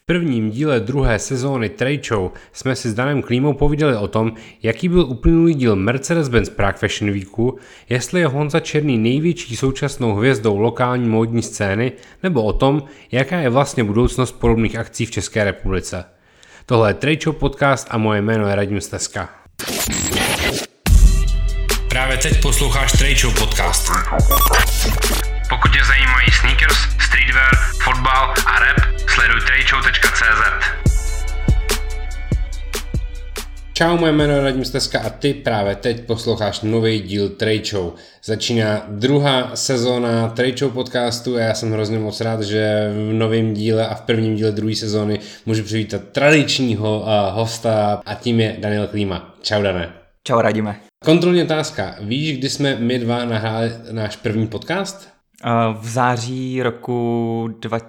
V prvním díle druhé sezóny Trade Show jsme si s Danem Klímou povídali o tom, jaký byl uplynulý díl Mercedes-Benz Prague Fashion Weeku, jestli je Honza Černý největší současnou hvězdou lokální módní scény, nebo o tom, jaká je vlastně budoucnost podobných akcí v České republice. Tohle je Trade Show podcast a moje jméno je Radim Steska. Právě teď posloucháš Trade Show podcast. Pokud tě zajímají sneakers, streetwear, fotbal a rap, sleduj tradeshow.cz. Čau, moje jméno je Radim Steska a ty právě teď posloucháš nový díl Trade Show. Začíná druhá sezóna Trade Show podcastu a já jsem hrozně moc rád, že v novém díle a v prvním díle druhé sezóny můžu přivítat tradičního hosta a tím je Daniel Klíma. Čau, Dané. Čau, Radime. Kontrolní otázka. Víš, kdy jsme my dva nahráli náš první podcast? V září roku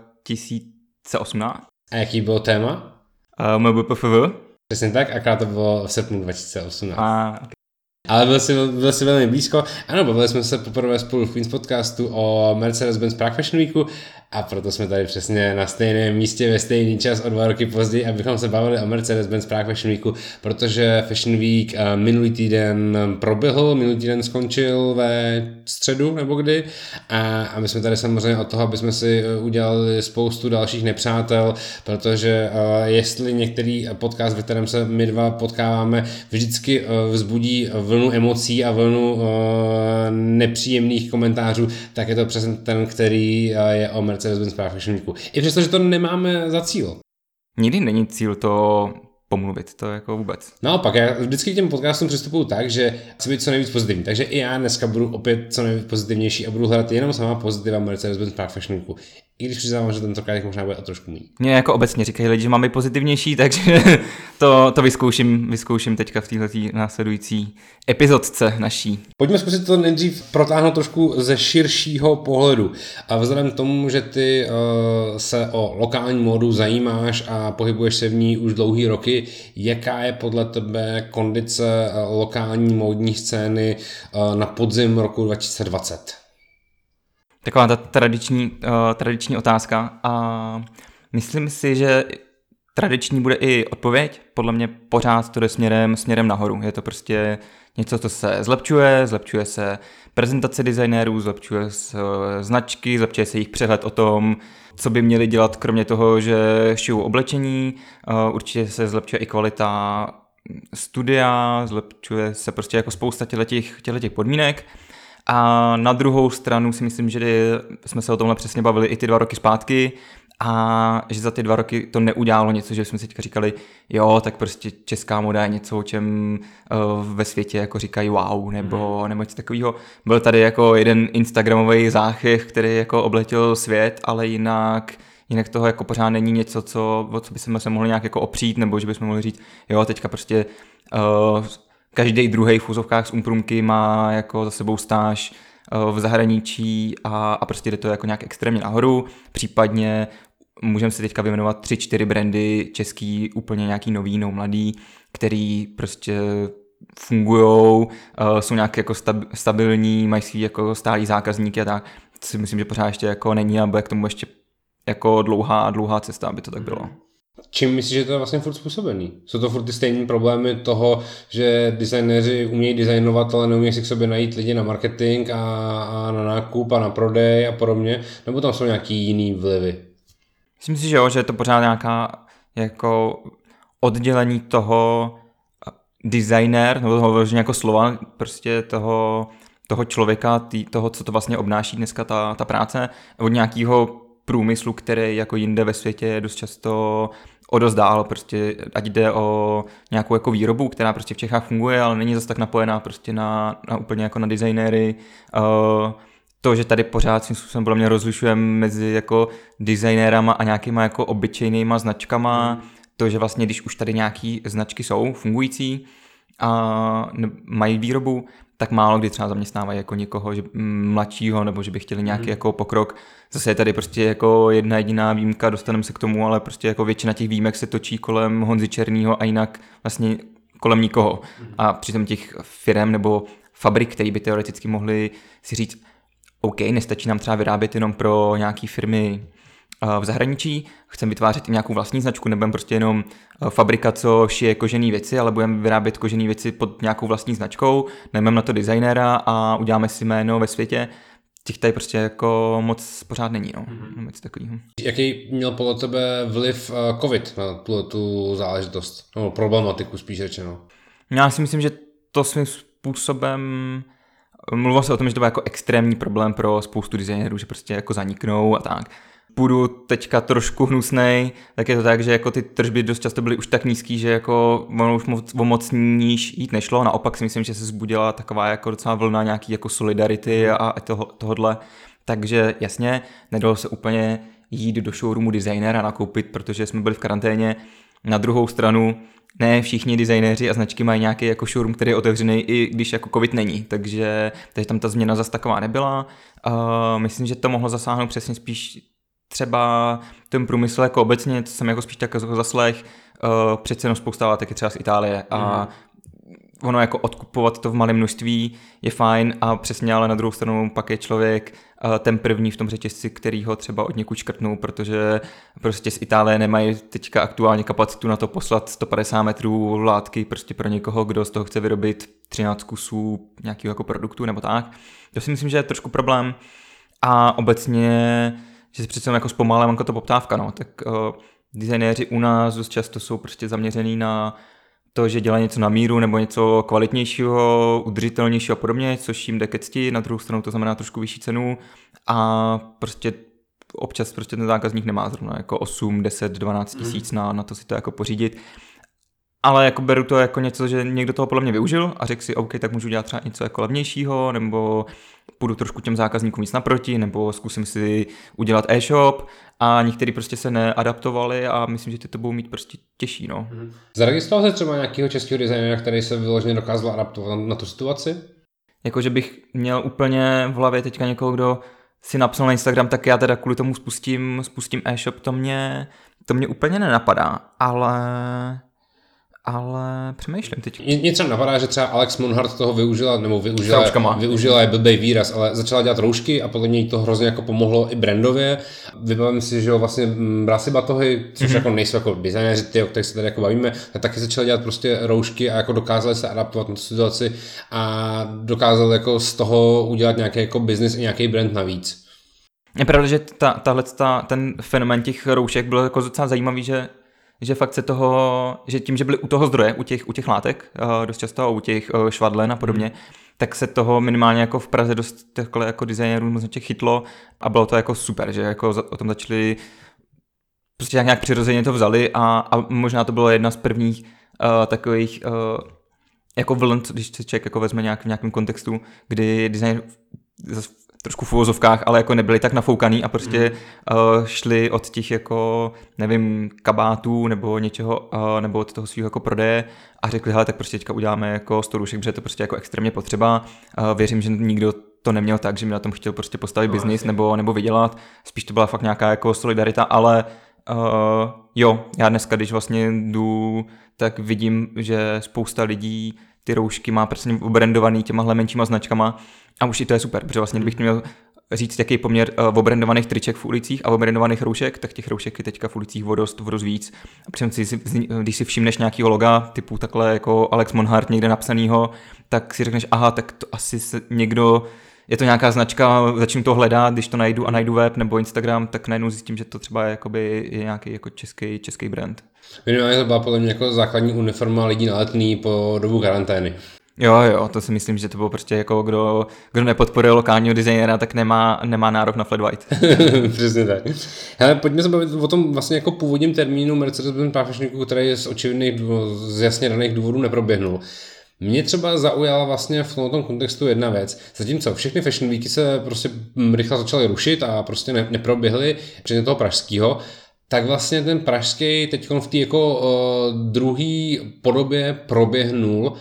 2018. A jaký bylo téma? MBPFV. Přesně tak, akorát to bylo v srpnu 2018. Okay. Ale byl si velmi blízko. Ano, bavili jsme se poprvé spolu v Queen's podcastu o Mercedes-Benz Prague Fashion Weeku a proto jsme tady přesně na stejném místě ve stejný čas o 2 roky později, abychom se bavili o Mercedes-Benz Prague Fashion Weeku, protože Fashion Week minulý týden proběhl, minulý týden skončil ve středu nebo kdy a my jsme tady samozřejmě od toho, aby jsme si udělali spoustu dalších nepřátel, protože jestli některý podcast, ve kterém se my dva potkáváme, vždycky vzbudí vlnu emocí a vlnu nepříjemných komentářů, tak je to přesně ten, který je o Mercedes-Benz Prague Fashion Weeku. I přesto, že to nemáme za cíl. Nikdy není cíl to pomluvit, to jako vůbec. Naopak, já vždycky k těm podcastům přistupuju tak, že chci být co nejvíc pozitivní. Takže i já dneska budu opět co nejvíc pozitivnější a budu hledat jenom sama pozitiva Mercedes-Benz Prague Fashion Weeku. I když přiznám, že tentokrát možná bude o trošku méně. Mně jako obecně říkají lidi, že máme pozitivnější, takže to vyzkouším teďka v této následující epizodce naší. Pojďme zkusit to nejdřív protáhnout trošku ze širšího pohledu. A vzhledem k tomu, že ty se o lokální módu zajímáš a pohybuješ se v ní už dlouhý roky, jaká je podle tebe kondice lokální módní scény na podzim roku 2020? Taková ta tradiční otázka a myslím si, že tradiční bude i odpověď. Podle mě pořád to jde směrem nahoru. Je to prostě něco, co se zlepšuje se prezentace designérů, zlepšuje se značky, zlepšuje se jejich přehled o tom, co by měli dělat, kromě toho, že šijou oblečení. Určitě se zlepšuje i kvalita studia, zlepšuje se prostě jako spousta těchto podmínek. A na druhou stranu si myslím, že jsme se o tomhle přesně bavili i ty 2 roky zpátky a že za ty 2 roky to neudělalo něco, že jsme si teďka říkali, jo, tak prostě česká moda je něco, o čem ve světě jako říkají wow, nebo něco takového. Byl tady jako jeden instagramový záchvěv, který jako obletěl svět, ale jinak toho jako pořád není něco, o co bychom se mohli nějak jako opřít, nebo že bychom mohli říct, jo, teďka prostě každý druhý v úzovkách z Umprumky má jako za sebou stáž v zahraničí a prostě jde to jako nějak extrémně nahoru. Případně můžeme si teďka vyjmenovat 3-4 brandy český, úplně nějaký nový, mladý, který prostě fungujou, jsou nějak jako stabilní, mají svý jako stálý zákazníky a tak. Si myslím, že pořád ještě jako není a bude k tomu ještě jako dlouhá cesta, aby to tak bylo. Čím myslíš, že to je vlastně furt způsobený? Jsou to furt ty stejné problémy toho, že designéři umějí designovat, ale neumějí si k sobě najít lidi na marketing a na nákup a na prodej a podobně? Nebo tam jsou nějaký jiný vlivy? Myslím si, že jo, že je to pořád nějaká jako oddělení toho designér, nebo toho vlastně jako slova, prostě toho člověka, toho, co to vlastně obnáší dneska ta práce, od nějakého průmyslu, který jako jinde ve světě je dost často odozdál, prostě ať jde o nějakou jako výrobu, která prostě v Čechách funguje, ale není zase tak napojená prostě na úplně jako na designéry. To, že tady pořád svým způsobem podle mě rozlišujeme mezi jako designérama a nějakýma jako obyčejnýma značkama, to, že vlastně když už tady nějaký značky jsou fungující a mají výrobu, tak málo kdy třeba zaměstnávají jako někoho mladšího, nebo že by chtěli nějaký jako pokrok. Zase je tady prostě jako jedna jediná výjimka, dostaneme se k tomu, ale prostě jako většina těch výjimek se točí kolem Honzy Černýho a jinak vlastně kolem nikoho. A přitom těch firem nebo fabrik, které by teoreticky mohly si říct, OK, nestačí nám třeba vyrábět jenom pro nějaký firmy v zahraničí, chceme vytvářet i nějakou vlastní značku, nebudeme prostě jenom fabrika, co šije kožený věci, ale budeme vyrábět kožený věci pod nějakou vlastní značkou, najmeme na to designéra a uděláme si jméno ve světě. Těch tady prostě jako moc pořád není, no. Nic takového. Jaký měl podle tebe vliv COVID na tu záležitost, nebo problematiku spíš řečeno? Já si myslím, že to svým způsobem mluvilo se o tom, že to byl jako extrémní problém pro spoustu designérů, že prostě jako zaniknou a tak. Budu teďka trošku hnusnej, tak je to tak, že jako ty tržby dost často byly už tak nízký, že jako ono už moc níž jít nešlo. Naopak si myslím, že se zbudila taková jako docela vlna nějaký jako solidarity a tohodle. Takže jasně, nedalo se úplně jít do showroomu designéra nakoupit, protože jsme byli v karanténě. Na druhou stranu ne všichni designéři a značky mají nějaký jako showroom, který je otevřený, i když jako covid není, takže tam ta změna zase taková nebyla. Myslím, že to mohlo zasáhnout přesně spíš třeba ten průmysl jako obecně, co jsem jako spíš tak zaslech, přece jenom spousta látek je třeba z Itálie a ono jako odkupovat to v malém množství je fajn a přesně, ale na druhou stranu pak je člověk ten první v tom řetězci, který ho třeba od někud škrtnou, protože prostě z Itálie nemají teďka aktuálně kapacitu na to poslat 150 metrů látky prostě pro někoho, kdo z toho chce vyrobit 13 kusů nějakého jako produktu nebo tak. To si myslím, že je trošku problém a obecně, že se přece jako zpomaluje jako to poptávka, no, tak designéři u nás dost často jsou prostě zaměřený na to, že dělají něco na míru nebo něco kvalitnějšího, udržitelnějšího a podobně, což jim jde ke cti, na druhou stranu to znamená trošku vyšší cenu a prostě občas prostě ten zákazník nemá zrovna jako 8, 10, 12 tisíc na to si to jako pořídit. Ale jako beru to jako něco, že někdo toho podle mě využil a řekl si, OK, tak můžu dělat třeba něco jako levnějšího, nebo půjdu trošku těm zákazníkům víc naproti, nebo zkusím si udělat e-shop a někteří prostě se neadaptovali a myslím, že ty to budou mít prostě těžší, no. Zaregistroval jsi třeba nějakého českého designéra, který se vyloženě dokázal adaptovat na tu situaci? Jako, že bych měl úplně v hlavě teďka někoho, kdo si napsal na Instagram, tak já teda kvůli tomu spustím e-shop, to mě úplně nenapadá, ale přemýšlím teď. Mě třeba napadá, že třeba Alex Monhart toho využila je blbej výraz, ale začala dělat roušky a podle něj to hrozně jako pomohlo i brandově. Vybavím si, že vlastně Brasy batohy, což jako nejsou jako designéři, ty, o kterých se tady jako bavíme, tak taky začali dělat prostě roušky a jako dokázali se adaptovat na tu situaci a dokázali jako z toho udělat nějaký jako business i nějaký brand navíc. Je pravda, že ten fenomén těch roušek byl jako docela zajímavý, že fakt se toho, že tím, že byli u toho zdroje, u těch látek, dost často u těch švadlen a podobně, tak se toho minimálně jako v Praze dost takhle jako designérů chytlo a bylo to jako super, že jako o tom začali prostě nějak přirozeně to vzali a možná to bylo jedna z prvních takových jako vln, když se člověk jako vezme v nějakém kontextu, kdy design trošku v uvozovkách, ale jako nebyli tak nafoukaný a prostě šli od těch jako, nevím, kabátů nebo něčeho, nebo od toho svého jako prodeje a řekli, hele, tak prostě teďka uděláme jako 100 roušek, protože je to prostě jako extrémně potřeba. Věřím, že nikdo to neměl tak, že mi na tom chtěl prostě postavit biznis nebo vydělat. Spíš to byla fakt nějaká jako solidarita, ale jo, já dneska, když vlastně jdu, tak vidím, že spousta lidí ty roušky má prostě obrandovaný těmahle menšíma značkama a už i to je super, protože vlastně kdybych měl říct, jaký poměr obrandovaných triček v ulicích a obrandovaných roušek, tak těch roušek je teďka v ulicích o dost víc. A když si všimneš nějakýho loga, typu takhle jako Alex Monhart někde napsanýho, tak si řekneš, aha, tak to asi někdo, je to nějaká značka, začnu to hledat, když to najdu web nebo Instagram, tak najednou zjistím, že to třeba je nějaký jako český brand. Minimálně to byla podle mě jako základní uniforma lidí na Letný po dobu karantény. Jo, to si myslím, že to bylo prostě jako kdo nepodporuje lokálního designéra, tak nemá nárok na flat white. Přesně tak. Hele, pojďme se bavit o tom vlastně jako původním termínu Mercedes-Benz Prague Fashion Weeku, který z jasně daných důvodů neproběhnul. Mě třeba zaujala vlastně v tom kontextu jedna věc. Zatímco všechny Fashion Weeky se prostě rychle začaly rušit a prostě neproběhly, včetně toho pražského, tak vlastně ten pražský teď v té jako druhé podobě proběhnul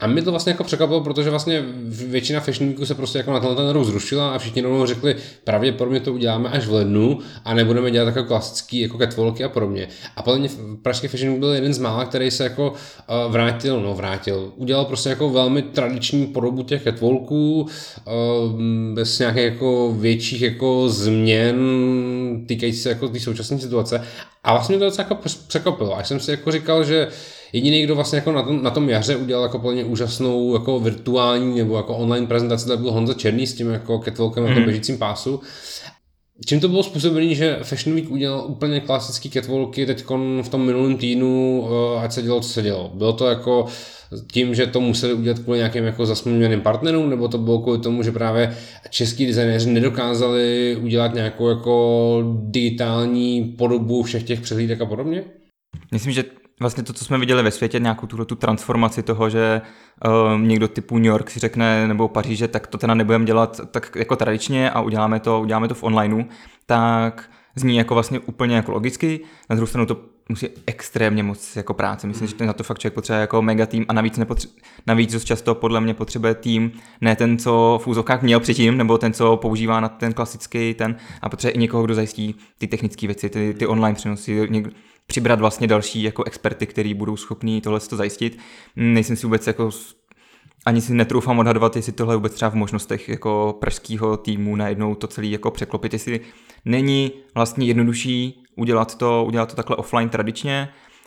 A mě to vlastně jako překvapilo, protože vlastně většina Fashion Weeku se prostě jako na ten rok zrušila a všichni rovnou řekli, pravděpodobně to uděláme až v lednu a nebudeme dělat takové klasický jako catwalky a podobně. A podle mě pražský Fashion Week byl jeden z mála, který se jako vrátil. Udělal prostě jako velmi tradiční podobu těch catwalků, bez nějakých jako větších jako změn týkající se jako té současné situace. A vlastně to docela jako překvapilo. Až jsem si jako říkal, že jediný, kdo vlastně jako na tom jaře udělal jako plně úžasnou jako virtuální nebo jako online prezentaci, to byl Honza Černý s tím jako catwalkem na tom běžícím pásu. Čím to bylo způsobené, že Fashion Week udělal úplně klasický catwalky teďkon v tom minulém týdnu, ať se dělo, co se dělo. Bylo to jako tím, že to museli udělat kvůli nějakým jako zasmluvněným partnerům, nebo to bylo kvůli tomu, že právě český designéři nedokázali udělat nějakou jako digitální podobu všech těch přehlídek a podobně? Myslím, že vlastně to, co jsme viděli ve světě, nějakou tu transformaci toho, že někdo typu New York si řekne, nebo Paříže, tak to teda nebudeme dělat tak jako tradičně a uděláme to v onlineu, tak zní jako vlastně úplně jako logicky. Na druhou stranu to musí extrémně moc jako práce. Myslím, že na to fakt člověk potřebuje jako mega tým a navíc dost často podle mě potřebuje tým, ne ten, co v úzovkách měl předtím, nebo ten, co používá na ten klasický a potřebuje i někoho, kdo zajistí ty technické věci, ty online přenosy, přibrat vlastně další jako experty, kteří budou schopní tohle zajistit. Nejsem si vůbec jako ani si netroufám odhadovat, jestli tohle vůbec třeba v možnostech jako pražského týmu najednou to celé jako překlopit, jestli není vlastně jednodušší udělat to takhle offline tradičně.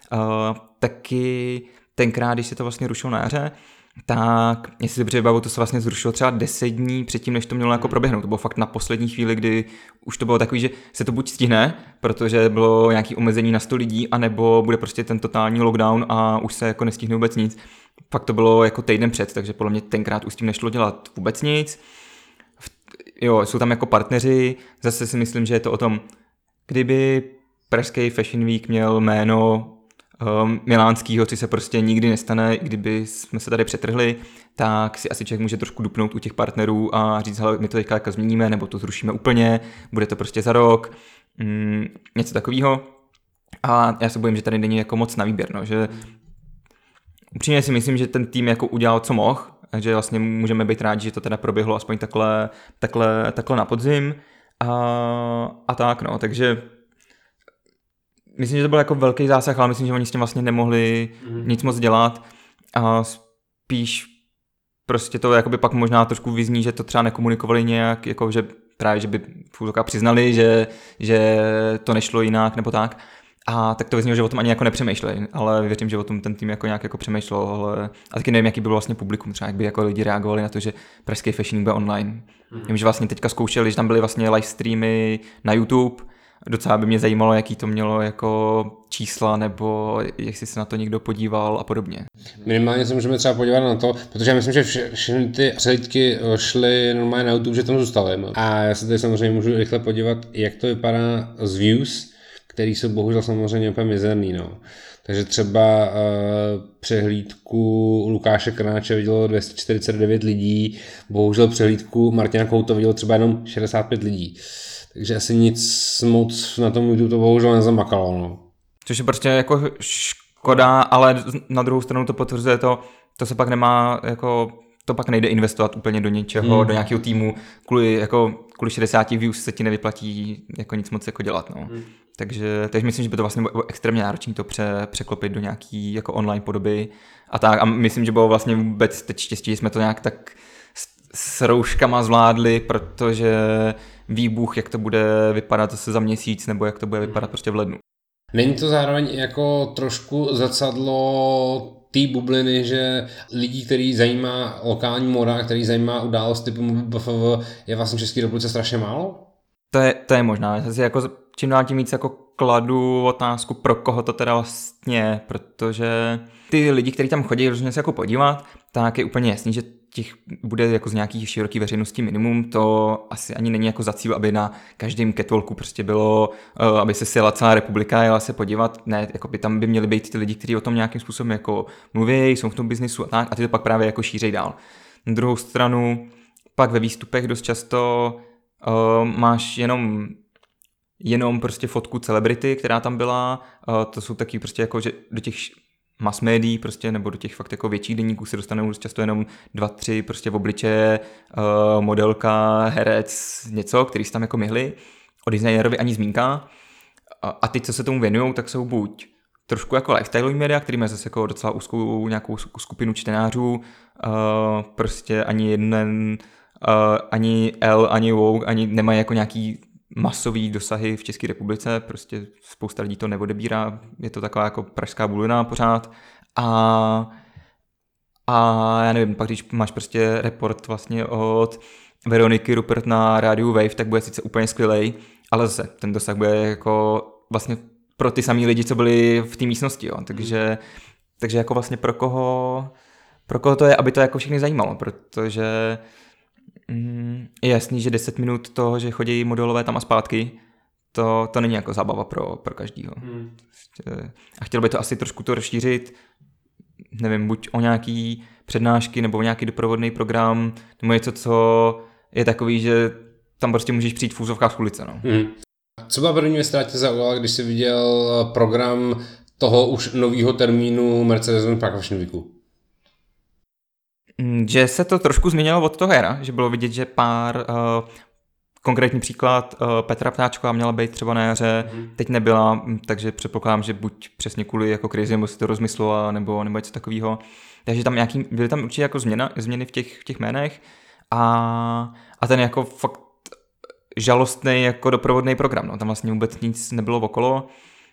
Taky tenkrát, když se to vlastně rušilo na jaře, tak jestli si dobře vybavu, to se vlastně zrušilo třeba 10 dní předtím, než to mělo jako proběhnout. To bylo fakt na poslední chvíli, kdy už to bylo takový, že se to buď stihne, protože bylo nějaké omezení na 100 lidí, anebo bude prostě ten totální lockdown a už se jako nestihne vůbec nic. Fakt to bylo jako týden před, takže podle mě tenkrát už s tím nešlo dělat vůbec nic. Jo, jsou tam jako partneři, zase si myslím, že je to o tom, kdyby pražský Fashion Week měl jméno milánskýho, což se prostě nikdy nestane, kdyby jsme se tady přetrhli, tak si asi člověk může trošku dupnout u těch partnerů a říct, hele, my to teďka jako změníme, nebo to zrušíme úplně, bude to prostě za rok, něco takového. A já se bojím, že tady není jako moc na výběr, no, že upřímně si myslím, že ten tým jako udělal, co mohl, takže vlastně můžeme být rádi, že to teda proběhlo aspoň takhle na podzim a tak, no, takže myslím, že to byl jako velký zásah, ale myslím, že oni s tím vlastně nemohli nic moc dělat a spíš prostě to jakoby pak možná trošku vyzní, že to třeba nekomunikovali nějak, jako že právě, že by přiznali, že to nešlo jinak nebo tak. A tak to vyznělo, že o tom ani jako nepřemýšleli, ale věřím, že o tom ten tým jako nějak jako přemýšlel, ale a taky nevím, jaký byl vlastně publikum, třeba jak by jako lidi reagovali na to, že pražský Fashion Week bude online. Vím, že vlastně teďka zkoušeli, že tam byly vlastně live streamy na YouTube. Docela by mě zajímalo, jaký to mělo jako čísla, nebo jestli se na to někdo podíval a podobně. Minimálně se můžeme třeba podívat na to, protože já myslím, že všechny ty přehlídky šly normálně na YouTube, že tam zůstaly. A já se tady samozřejmě můžu rychle podívat, jak to vypadá z views, který jsou bohužel samozřejmě úplně mizerný. No. Takže třeba přehlídku Lukáše Krnáče vidělo 249 lidí, bohužel přehlídku Martina Kouta vidělo třeba jenom 65 lidí. Takže asi nic moc na tom YouTube to bohužel nezamakalo. No. Což je prostě jako škoda, ale na druhou stranu to potvrzuje to se pak nemá, jako, to pak nejde investovat úplně do něčeho, do nějakého týmu, kvůli 60 views se ti nevyplatí jako nic moc jako dělat. No. Takže myslím, že by to vlastně bylo extrémně náročné to překlopit do nějaký jako online podoby a tak. A myslím, že bylo vlastně vůbec teď štěstí, že jsme to nějak tak s rouškama zvládli, protože výbuch, jak to bude vypadat zase za měsíc, nebo jak to bude vypadat prostě v lednu. Není to zároveň jako trošku zrcadlo té bubliny, že lidí, který zajímá lokální moda, který zajímá událost typu BFV, je vlastně v České republice strašně málo? To je možná. Já si jako čím dál tím víc jako kladu otázku, pro koho to teda vlastně, protože ty lidi, kteří tam chodí rozhodně se jako podívat, tak je úplně jasný, že těch bude jako z nějakých široký veřejnosti minimum, to asi ani není jako za cíl, aby na každém catwalku prostě bylo, aby se sjela celá republika, jela se podívat, ne, jako by tam by měli být ty lidi, kteří o tom nějakým způsobem jako mluví, jsou v tom biznisu a tak, a ty to pak právě jako šířej dál. Na druhou stranu, pak ve výstupech dost často máš jenom prostě fotku celebrity, která tam byla, to jsou taky prostě jako, že do těch mass médií prostě, nebo do těch fakt jako větších deníků se dostanou často jenom 2-3 prostě v obličeje, modelka, herec, něco, který se tam jako myhli. O designerovi ani zmínka. A ty, co se tomu věnují, tak jsou buď trošku jako lifestyleový média, který má zase jako docela úzkou nějakou skupinu čtenářů, prostě ani jeden, ani L, ani Vogue, ani nemají jako nějaký masový dosahy v České republice, prostě spousta lidí to neodebírá, je to taková jako pražská bulina pořád a já nevím, pak když máš prostě report vlastně od Veroniky Rupert na rádiu Wave, tak bude sice úplně skvělej, ale zase ten dosah bude jako vlastně pro ty samý lidi, co byli v té místnosti, jo. Takže jako vlastně pro koho to je, aby to jako všechny zajímalo, protože je jasný, že 10 minut toho, že chodí modelové tam a zpátky, to není jako zábava pro každýho. A chtěl by to asi trošku to rozšířit, nevím, buď o nějaký přednášky nebo o nějaký doprovodný program, nebo něco, co je takový, že tam prostě můžeš přijít v úzovkách z ulice. No. Co byla první věc, která tě zaujala, když jsi viděl program toho už nového termínu Mercedes-Benz Prague Fashion Weeku? Že se to trošku změnilo od toho jara, že bylo vidět, že pár, konkrétní příklad, Petra Ptáčková měla být třeba na jaře, teď nebyla, takže předpokládám, že buď přesně kvůli jako krizi, nebo si to rozmyslela, nebo něco takového. Takže tam byly tam určitě jako změny v těch jménech a ten jako fakt žalostný jako doprovodný program. No. Tam vlastně vůbec nic nebylo okolo.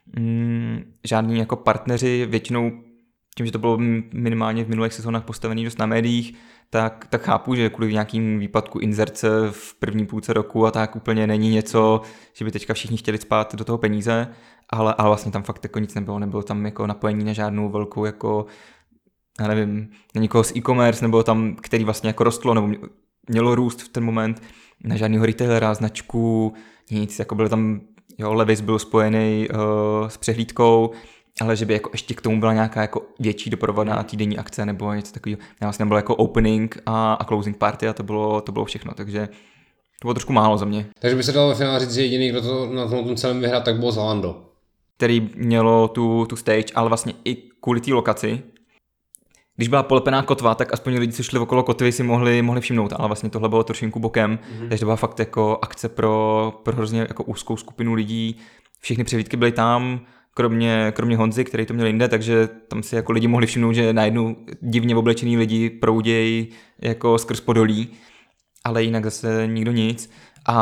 Žádní jako partneři, většinou tím, že to bylo minimálně v minulých sezónách postavený dost na médiích, tak chápu, že kvůli nějakým výpadku inzerce v první půlce roku a tak úplně není něco, že by teďka všichni chtěli spát do toho peníze, ale vlastně tam fakt jako nic nebylo tam jako napojení na žádnou velkou jako, já nevím, na nikoho z e-commerce, nebo tam, který vlastně jako rostlo, nebo mělo růst v ten moment, na žádného retailera, značku, nic, jako byl tam, jo, Levi's byl spojený s přehlídkou, ale že by jako ještě k tomu byla nějaká jako větší doprovodná týdenní akce nebo něco takového. Vlastně bylo jako opening a closing party a to bylo všechno, takže to bylo trošku málo za mě. Takže by se dalo ve finále říct, že jediný, kdo to na tom celém vyhrál, tak bylo Zalando. Který mělo tu stage, ale vlastně i kvůli té lokaci. Když byla polepená kotva, tak aspoň lidi, co šli okolo kotvy, si mohli všimnout, ale vlastně tohle bylo trošku bokem, takže to byla fakt jako akce pro hrozně jako úzkou skupinu lidí. Všechny přehlídky byly tam, kromě Honzy, který to měl jinde, takže tam si jako lidi mohli všimnout, že najednou divně oblečený lidi proudějí jako skrz Podolí, ale jinak zase nikdo nic.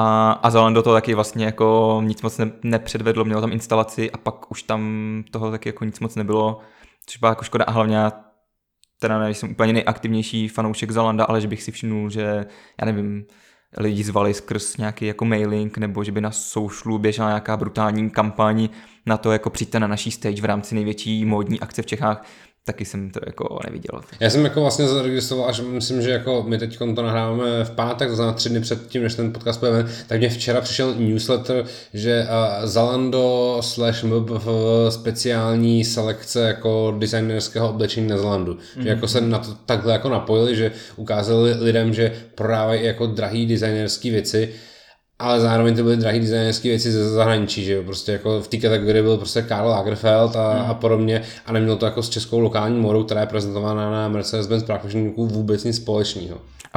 A Zalando to taky vlastně jako nic moc nepředvedlo, mělo tam instalaci a pak už tam toho taky jako nic moc nebylo, což byla jako škoda a hlavně já teda nejsem úplně nejaktivnější fanoušek Zalanda, ale že bych si všimnul, že já nevím, lidi zvali skrz nějaký jako mailing, nebo že by na socialu běžela nějaká brutální kampaň na to, jako přijďte na naší stage v rámci největší módní akce v Čechách, taky jsem to jako neviděl. Já jsem jako vlastně zaregistroval, až myslím, že jako my teď to nahráváme v pátek, to znamená 3 dny před tím, než ten podcast pojeme, tak mě včera přišel newsletter, že Zalando / MBF speciální selekce jako designerského oblečení na Zalandu. Že jako se na to takhle jako napojili, že ukázali lidem, že prodávají jako drahý designerský věci, ale zároveň to byly drahý designerské věci ze zahraničí, že jo, prostě jako v té kategorii byl prostě Karl Lagerfeld a podobně a nemělo to jako s českou lokální módou, která je prezentovaná na Mercedes-Benz Prague Fashion Weeku vůbec nic společného. A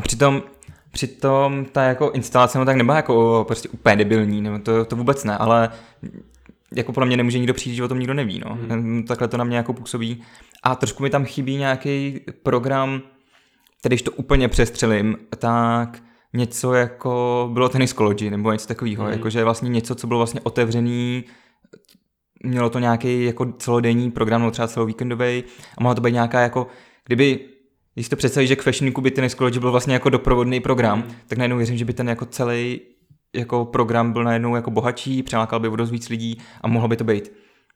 přitom ta jako instalace no tak nebyla jako prostě úplně debilní, nebo to vůbec ne, ale jako pro mě nemůže nikdo přijít, že o tom nikdo neví, no. Takhle to na mě jako působí a trošku mi tam chybí nějaký program, tedy když to úplně přestřelím, tak něco jako bylo Tennisology nebo něco takového, jakože vlastně něco, co bylo vlastně otevřený, mělo to nějaký jako celodenní program, nebo třeba celovíkendový a mohlo to být nějaká jako, když to představíš, že k Fashion Weeku by Tennisology byl vlastně jako doprovodný program, tak najednou věřím, že by ten jako celý jako program byl najednou jako bohatší, přilákal by o dost víc lidí a mohlo by to být.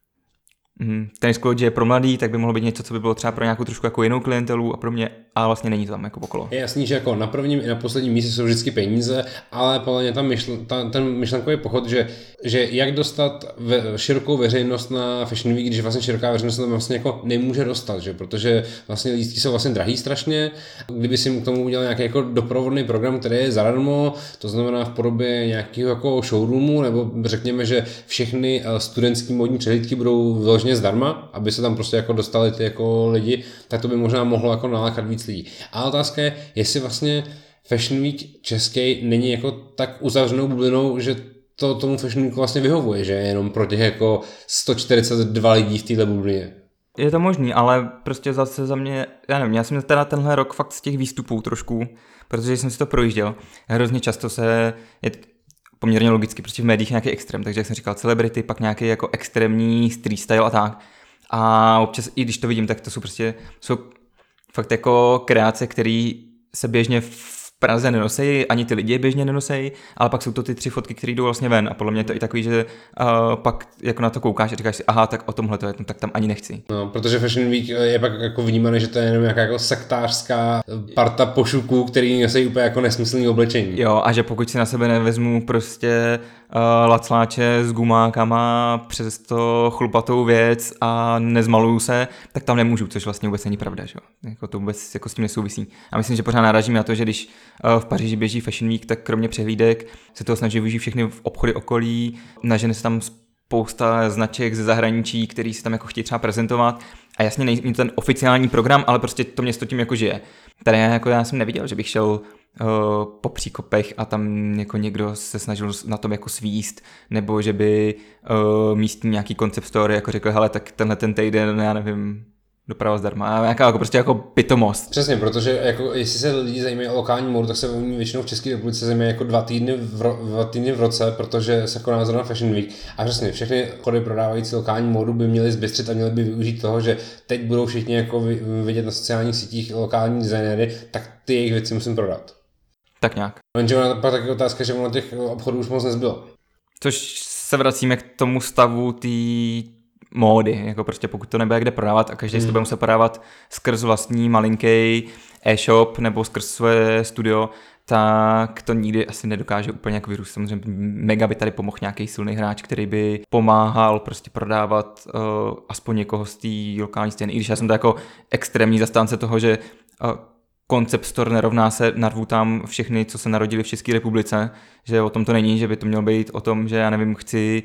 Tennisology je pro mladý, tak by mohlo být něco, co by bylo třeba pro nějakou trošku jako jinou klientelu a pro mě, ale vlastně není to tam jako okolo. Je jasný, že jako na prvním i na posledním místě jsou vždycky peníze, ale podle mě ten myšlenkový pochod, že jak dostat širokou veřejnost na Fashion Week, když vlastně široká veřejnost tam vlastně jako nemůže dostat, že? Protože vlastně lístky jsou vlastně drahý strašně. Kdyby si k tomu udělal nějaký jako doprovodný program, který je zadarmo, to znamená v podobě nějakého jako showroomu, nebo řekněme, že všechny studentské módní přehlídky budou vyloženě vyloženě zdarma, aby se tam prostě jako dostali ty jako lidi, tak to by možná mohlo jako nalákat víc lidí. A otázka je, jestli vlastně Fashion Week český není jako tak uzavřenou bublinou, že to tomu Fashion Weeku vlastně vyhovuje, že je jenom pro těch jako 142 lidí v téhle bublině. Je to možný, ale prostě zase za mě, já nevím, já jsem teda tenhle rok fakt z těch výstupů trošku, protože jsem si to projížděl. Hrozně často je poměrně logicky prostě v médiích nějaký extrém, takže jak jsem říkal, celebrity, pak nějaký jako extrémní street style a tak. A občas, i když to vidím, tak to jsou fakt jako kreace, které se běžně v Praze nenosejí, ani ty lidi běžně nenosejí, ale pak jsou to ty 3 fotky, které jdou vlastně ven a podle mě je to i takový, že pak jako na to koukáš a říkáš si, aha, tak o tomhle to je, no, tak tam ani nechci. No, protože Fashion Week je pak jako vnímaný, že to je jenom nějaká jako sektářská parta pošuků, který nosejí úplně jako nesmyslný oblečení. Jo, a že pokud si na sebe nevezmu prostě lacláče s gumákama přes to chlupatou věc a nezmaluju se, tak tam nemůžu, což vlastně vůbec není pravda, že jo. Jako to vůbec jako s tím nesouvisí. A myslím, že pořád narážím na to, že když v Paříži běží Fashion Week, tak kromě přehlídek se toho snaží využít všechny obchody okolí, nažene se tam spousta značek ze zahraničí, který si tam jako chtějí třeba prezentovat. A jasně není to ten oficiální program, ale prostě to město tím jako žije. Tady jako já jsem neviděl, že bych šel po příkopech a tam jako někdo se snažil na tom jako svíst, nebo že by místní nějaký concept store jako řekl, hele, tak tenhle ten týden, já nevím, doprava zdarma, nějaká jako prostě jako pitomost. Přesně, protože jako jestli se lidi zajímají o lokální módu, tak se oni většinou v České republice zajímají jako 2 týdny v roce, protože se koná zrovna Fashion Week. A přesně, všechny chody prodávající lokální módu by měly zbystřit a měly by využít toho, že teď budou všichni jako vidět na sociálních sítích lokální designéry, tak ty jejich věci musím prodat. Tak nějak. Jenže ona pak taky otázka, že ono těch obchodů už moc nezbylo. Což se vracíme k tomu stavu té módy, jako prostě pokud to nebude kde prodávat a každý si to bude muset prodávat skrz vlastní malinký e-shop nebo skrz své studio, tak to nikdy asi nedokáže úplně jako vyrůst. Samozřejmě mega by tady pomohl nějaký silný hráč, který by pomáhal prostě prodávat aspoň někoho z té lokální scény. I když já jsem to jako extrémní zastánce toho, že concept store nerovná se narvu tam všechny, co se narodili v České republice, že o tom to není, že by to mělo být o tom, že já nevím, chci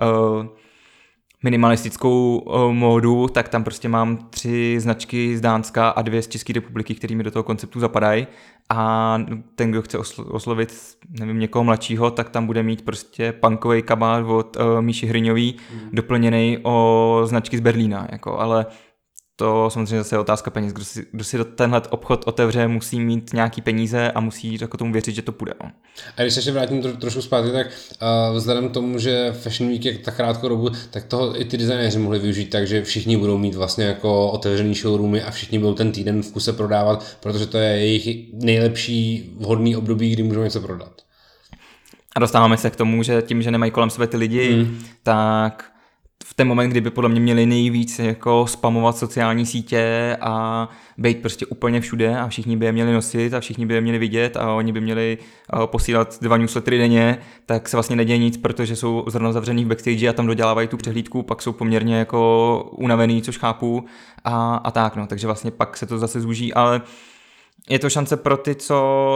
minimalistickou módu, tak tam prostě mám 3 značky z Dánska a 2 z České republiky, které mi do toho konceptu zapadají a ten, kdo chce oslovit, nevím, někoho mladšího, tak tam bude mít prostě punkový kabát od Míši Hryňový doplněný o značky z Berlína, jako, ale to samozřejmě zase je otázka peněz. Kdo si tenhle obchod otevře, musí mít nějaký peníze a musí jako tomu věřit, že to půjde. No. A když se ještě vrátím trošku zpátky, tak vzhledem k tomu, že Fashion Week je tak krátkou dobu, tak toho i ty designéři mohli využít tak, že všichni budou mít vlastně jako otevřený showroomy a všichni budou ten týden v kuse prodávat, protože to je jejich nejlepší vhodný období, kdy můžou něco prodat. A dostáváme se k tomu, že tím, že nemají kolem sebe ty lidi, tak v ten moment, kdyby podle mě měli nejvíc jako spamovat sociální sítě a být prostě úplně všude a všichni by je měli nosit a všichni by je měli vidět a oni by měli posílat 2 newslettery denně, tak se vlastně neděje nic, protože jsou zrovna zavřený v backstage a tam dodělávají tu přehlídku, pak jsou poměrně jako unavený, což chápu a tak, no, takže vlastně pak se to zase zúží, ale je to šance pro ty, co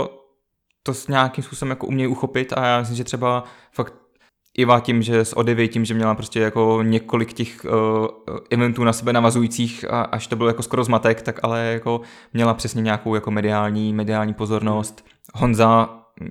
to s nějakým způsobem jako umějí uchopit a já myslím, že třeba fakt Iva tím, že s Odivy, tím, že měla prostě jako několik těch eventů na sebe navazujících a až to bylo jako skoro zmatek, tak ale jako měla přesně nějakou jako mediální pozornost. Honza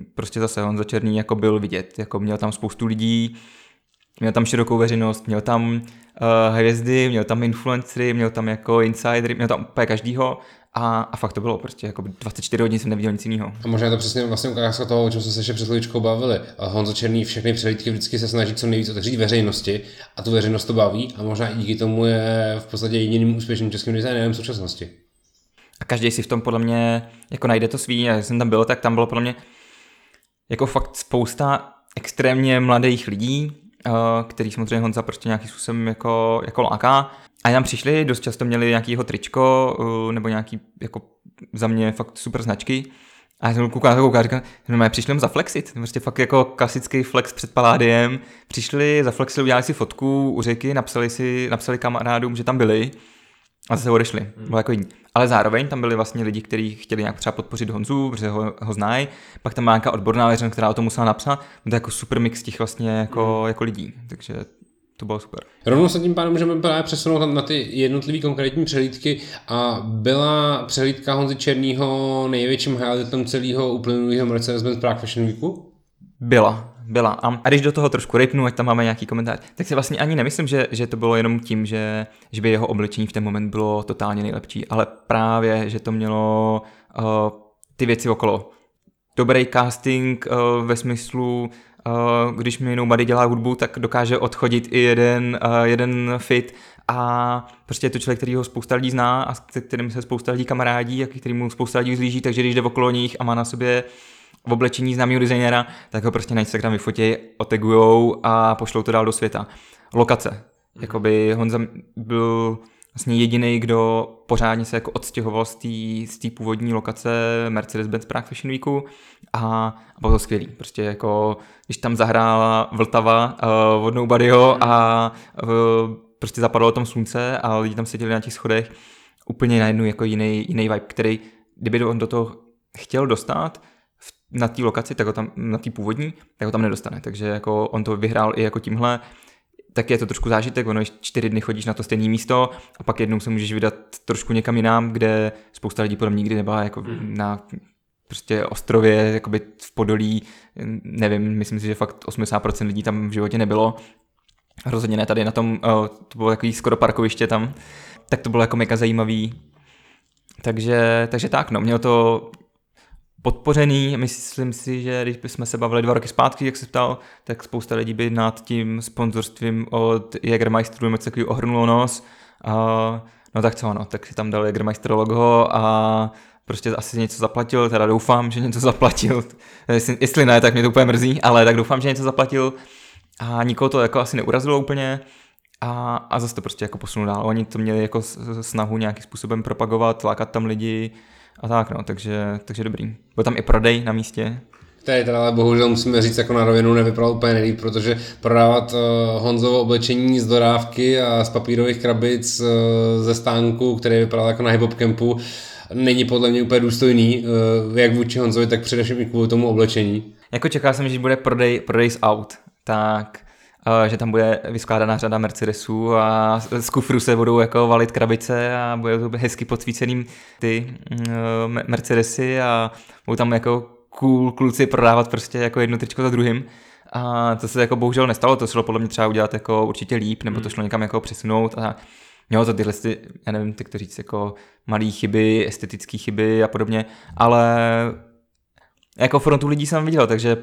Černý jako byl vidět, jako měl tam spoustu lidí, měl tam širokou veřejnost, měl tam hvězdy, měl tam influencery, měl tam jako insidery, měl tam úplně každýho a fakt to bylo prostě jako 24 hodin jsem neviděl nic jiného. A možná je to přesně vlastně ukázka toho, o čem jsme se ještě před chvíličkou bavili. Honza Černý všechny přehlídky vždycky se snaží co nejvíc otevřít veřejnosti a tu veřejnost to baví a možná i díky tomu je v podstatě jediným úspěšným českým designérem v současnosti. A každý si v tom podle mě jako najde to svý, a když jsem tam byl, tak tam bylo podle mě jako fakt spousta extrémně mladých lidí, který samozřejmě Honza prostě nějakým způsobem jako láká. A tam přišli, dost často měli nějakýho tričko, nebo nějaký jako za mě fakt super značky. A já jsem koukal, říkal, že přišli za flexit, prostě fakt jako klasický flex před Palládiem. Přišli, zaflexili, udělali si fotku u řeky, napsali kamarádům, že tam byli a zase odešli. Bylo jako jiný. Ale zároveň tam byli vlastně lidi, kteří chtěli nějak třeba podpořit Honzu, protože ho znají. Pak tam má nějaká odborná veřejnost, která o tom musela napsat. To je jako super mix těch vlastně jako lidí. Takže To bylo super. Rovnou se tím pádem můžeme právě přesunout na ty jednotlivé konkrétní přehlídky a byla přehlídka Honzy Černýho největším highlightem celého uplynulého Mercedes-Benz Prague Fashion Weeku? Byla. A když do toho trošku rejpnu, ať tam máme nějaký komentář, tak si vlastně ani nemyslím, že to bylo jenom tím, že by jeho oblečení v ten moment bylo totálně nejlepší, ale právě, že to mělo ty věci okolo. Dobrý casting ve smyslu, když mi nobody dělá hudbu, tak dokáže odchodit i jeden fit a prostě je to člověk, který ho spousta lidí zná a s kterým se spousta lidí kamarádí a který mu spousta lidí zlíží, takže když jde okolo nich a má na sobě v oblečení známého designéra, tak ho prostě na Instagram vyfotí, otegujou a pošlou to dál do světa. Lokace. Jakoby Honza byl vlastně jediný, kdo pořádně se jako odstěhoval z té původní lokace Mercedes-Benz Prague Fashion Weeku a bylo to skvělý. Prostě jako, když tam zahrála Vltava od Nobodyho a prostě zapadlo tam slunce a lidi tam seděli na těch schodech, úplně najednou jako jiný vibe, který, kdyby on do toho chtěl dostat na té lokaci, tak ho tam, na té původní, tak ho tam nedostane. Takže jako on to vyhrál i jako tímhle. Tak je to trošku zážitek, ono 4 dny chodíš na to stejné místo a pak jednou se můžeš vydat trošku někam jinam, kde spousta lidí podle mě nikdy nebyla, jako na prostě ostrově, jakoby v Podolí, nevím, myslím si, že fakt 80% lidí tam v životě nebylo. Rozhodně ne tady na tom, to bylo takový skoro parkoviště tam, tak to bylo jako mega zajímavý. Takže tak, no, mělo to podpořený, myslím si, že když bychom se bavili 2 roky zpátky, jak se ptal, tak spousta lidí by nad tím sponzorstvím od Jägermeisteru moc takový ohrnulo nos. No tak co, no, tak si tam dal Jägermeister logo a prostě asi něco zaplatil, teda doufám, že něco zaplatil. Jestli ne, tak mě to úplně mrzí, ale tak doufám, že něco zaplatil a nikoho to jako asi neurazilo úplně. A zase to prostě jako posunul dál. Oni to měli jako snahu nějakým způsobem propagovat, lákat tam lidi a tak, no, takže dobrý. Byl tam i prodej na místě. Tady teda ale bohužel musíme říct jako na rovinu nevypadalo úplně nejlíp, protože prodávat Honzovo oblečení z dodávky a z papírových krabic ze stánku, který vypadal jako na hip-hop campu, není podle mě úplně důstojný, jak vůči Honzovi, tak především i kvůli tomu oblečení. Jako čekal jsem, že bude prodej z aut, tak že tam bude vyskládaná řada Mercedesů a z kufru se budou jako valit krabice a bude to hezky podsvíceným ty Mercedesy a budou tam jako cool kluci prodávat prostě jako jedno tričko za druhým. A to se jako bohužel nestalo, to šlo podle mě třeba udělat jako určitě líp, nebo to šlo někam jako přesunout a mělo to tyhle, já nevím, tak to říct, jako malý chyby, estetické chyby a podobně, ale jako frontu lidí jsem viděl, takže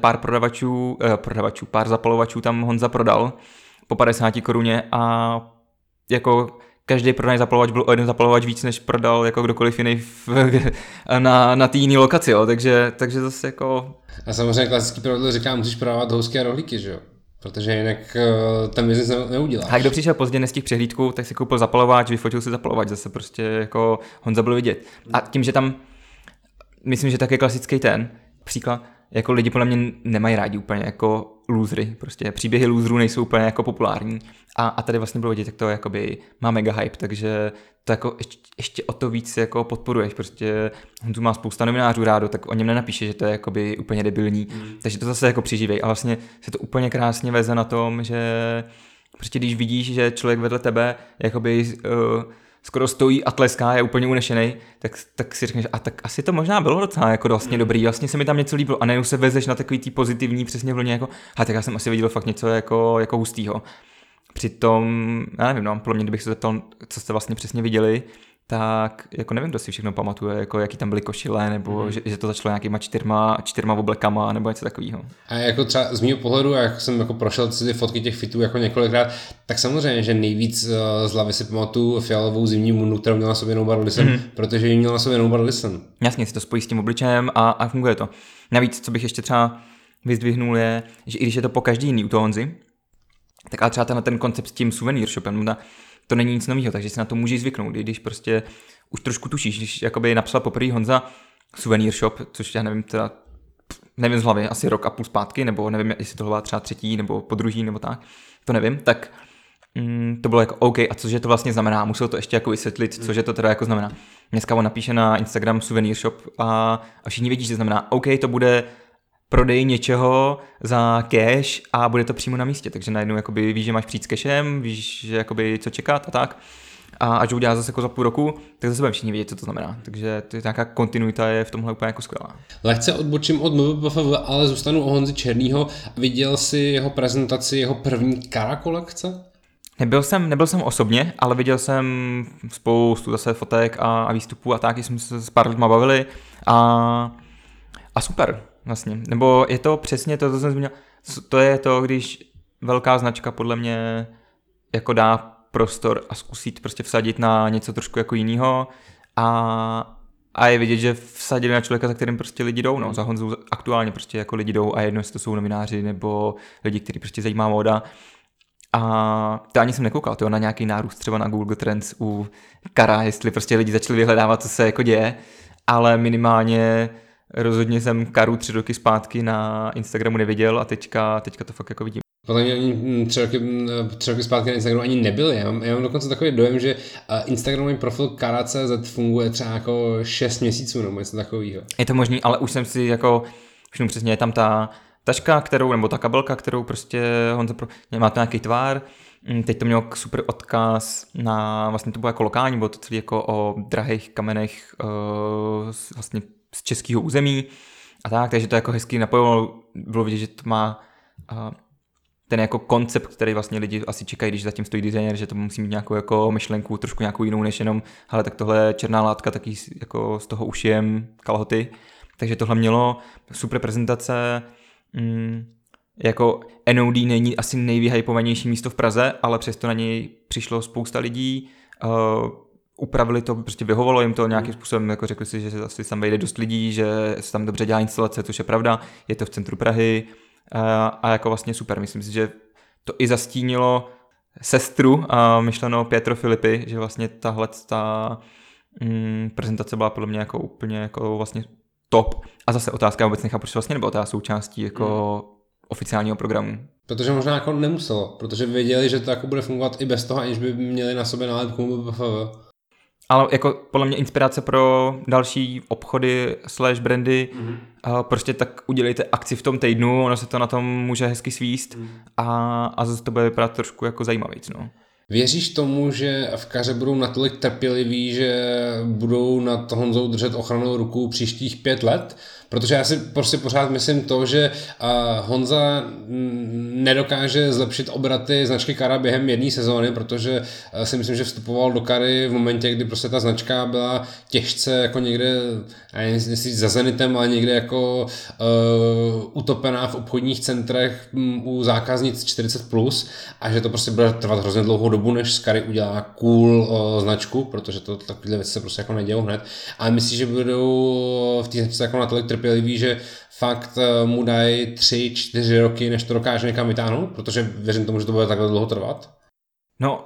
pár zapalovačů tam Honza prodal po 50 koruně a jako každý prodaný zapalovač byl o jeden zapalovač víc, než prodal jako kdokoliv jiný na té jiné lokaci, jo. Takže zase jako... A samozřejmě klasický pravidlo říká, musíš prodávat housky a rohlíky, že jo? Protože jinak ten biznis neuděláš. A kdo přišel pozdě nestihl přehlídku, tak si koupil zapalovač, vyfotil si zapalovač, zase prostě jako Honza byl vidět. A tím, že tam, myslím, že tak je klasický ten příklad, jako lidi podle mě nemají rádi úplně jako losery, prostě příběhy loserů nejsou úplně jako populární a tady vlastně bylo vidět, jak to jakoby má mega hype, takže to jako ještě o to víc jako podporuješ, prostě Honzu má spousta novinářů rádo, tak o něm nenapíše, že to je jakoby úplně debilní, takže to zase jako přižívej a vlastně se to úplně krásně veze na tom, že prostě když vidíš, že člověk vedle tebe jakoby skoro stojí a tleská, je úplně unešený, tak si řekneš, a tak asi to možná bylo docela jako vlastně dobrý, vlastně se mi tam něco líbilo a nejenom se vezeš na takový tý pozitivní přesně vlně jako, tak já jsem asi viděl fakt něco jako hustýho. Přitom, já nevím, no, podle mě, kdybych se zeptal, co jste vlastně přesně viděli, tak jako nevím, kdo si všechno pamatuje, jako jaký tam byly košile, nebo že to začalo nějakýma čtyřma oblekama, nebo něco takového. A jako třeba z mýho pohledu, jak jsem jako prošel ty fotky těch fitů jako několikrát, tak samozřejmě, že nejvíc z hlavy si pamatuju fialovou zimní mundu, kterou měla na sobě Nobody Listen, protože ji měla na sobě Nobody Listen. Jasně, si to spojí s tím obličejem a funguje to. Navíc, co bych ještě třeba vyzdvihnul je, že i když je to po každý jiný u toho Honzy, tak ale třeba ten koncept s tím souvenir shopem, to není nic nového, takže si na to můžeš zvyknout, když prostě už trošku tušíš, když jakoby napsal poprvé Honza souvenir shop, což já nevím, teda nevím z hlavy, asi rok a půl zpátky, nebo nevím, jestli to byla třeba třetí nebo podruhý, nebo tak, to nevím, tak to bylo jako OK, a cože to vlastně znamená, musel to ještě jako vysvětlit, cože to teda jako znamená. Dneska on napíše na Instagram souvenir shop a všichni vědí, že znamená OK, to bude prodej něčeho za cash a bude to přímo na místě, takže najednou jakoby víš, že máš přijít s cashem, víš, že jakoby co čekat a tak. A až udělá zase jako za půl roku, tak zase budeme všichni vědět, co to znamená. Takže to je nějaká kontinuita je v tomhle úplně jako skvělá. Lehce odbočím od MBPFV, ale zůstanu u Honzy Černýho. Viděl jsi jeho prezentaci, jeho první Kara kolekce? Nebyl jsem osobně, ale viděl jsem spoustu zase fotek a výstupů a tak, jsme se s pár lidma bavili a super vlastně. Nebo je to přesně to, co jsem zmínil, to je to, když velká značka podle mě jako dá prostor a zkusí prostě vsadit na něco trošku jako jinýho a je vidět, že vsadili na člověka, za kterým prostě lidi jdou, no, za Honzou aktuálně prostě jako lidi jdou a jedno, jestli to jsou novináři nebo lidi, kteří prostě zajímá móda. A to ani jsem nekoukal, to na nějaký nárůst třeba na Google Trends u Kara, jestli prostě lidi začali vyhledávat, co se jako děje, ale minimálně rozhodně jsem Karu 3 roky zpátky na Instagramu neviděl a teďka to fakt jako vidím. Podle mě ani 3 roky zpátky na Instagramu ani nebyli. Já mám dokonce takový dojem, že Instagramový profil Kara.cz funguje třeba jako 6 měsíců nebo něco takového. Je to možný, ale už jsem si jako, všimnu přesně, je tam ta taška, nebo ta kabelka, kterou prostě Honza má to nějaký tvar. Teď to mělo super odkaz na, vlastně to bylo jako lokální, bylo to celý jako o drahých kamenech vlastně z českého území a tak, takže to jako hezky napojilo, bylo vidět, že to má ten jako koncept, který vlastně lidi asi čekají, když zatím stojí designer, že to musí mít nějakou jako myšlenku, trošku nějakou jinou než jenom, hele, tak tohle je černá látka, taky jako z toho ušijem kalhoty. Takže tohle mělo super prezentace, jako NOD není asi nejvyhypovanější místo v Praze, ale přesto na něj přišlo spousta lidí, upravili to, prostě vyhovovalo jim to nějakým způsobem, jako řekli si, že asi tam vejde dost lidí, že se tam dobře dělá instalace, což je pravda, je to v centru Prahy a jako vlastně super, myslím si, že to i zastínilo sestru a myšleno Pietro Filippi, že vlastně tahle prezentace byla podle mě jako úplně jako vlastně top. A zase otázka, vůbec nechápu, proč vlastně nebyla ta součástí jako oficiálního programu. Protože možná jako nemuselo, protože věděli, že to jako bude fungovat i bez toho, aniž by měli na sobě nálepku MBPFV. Ale jako podle mě inspirace pro další obchody / brandy, prostě tak udělejte akci v tom týdnu, ono se to na tom může hezky svíst a zase to bude vypadat trošku jako zajímavějc, no. Věříš tomu, že v Kaře budou natolik trpěliví, že budou nad Honzou držet ochrannou ruku příštích 5 let? Protože já si prostě pořád myslím to, že Honza nedokáže zlepšit obraty značky Kara během jedné sezóny, protože si myslím, že vstupoval do Kary v momentě, kdy prostě ta značka byla těžce jako někde, nevím, za Zenitem, ale někde jako utopená v obchodních centrech u zákaznic 40+, a že to prostě bude trvat hrozně dlouhou dobu, než z Kary udělá cool značku, protože to takovýhle věci se prostě jako nedějou hned. Ale myslím, že budou v té značce jako natolik trpěliví, že fakt mu dají 3-4 roky, než to dokáže někam vytáhnout, protože věřím tomu, že to bude takhle dlouho trvat. No,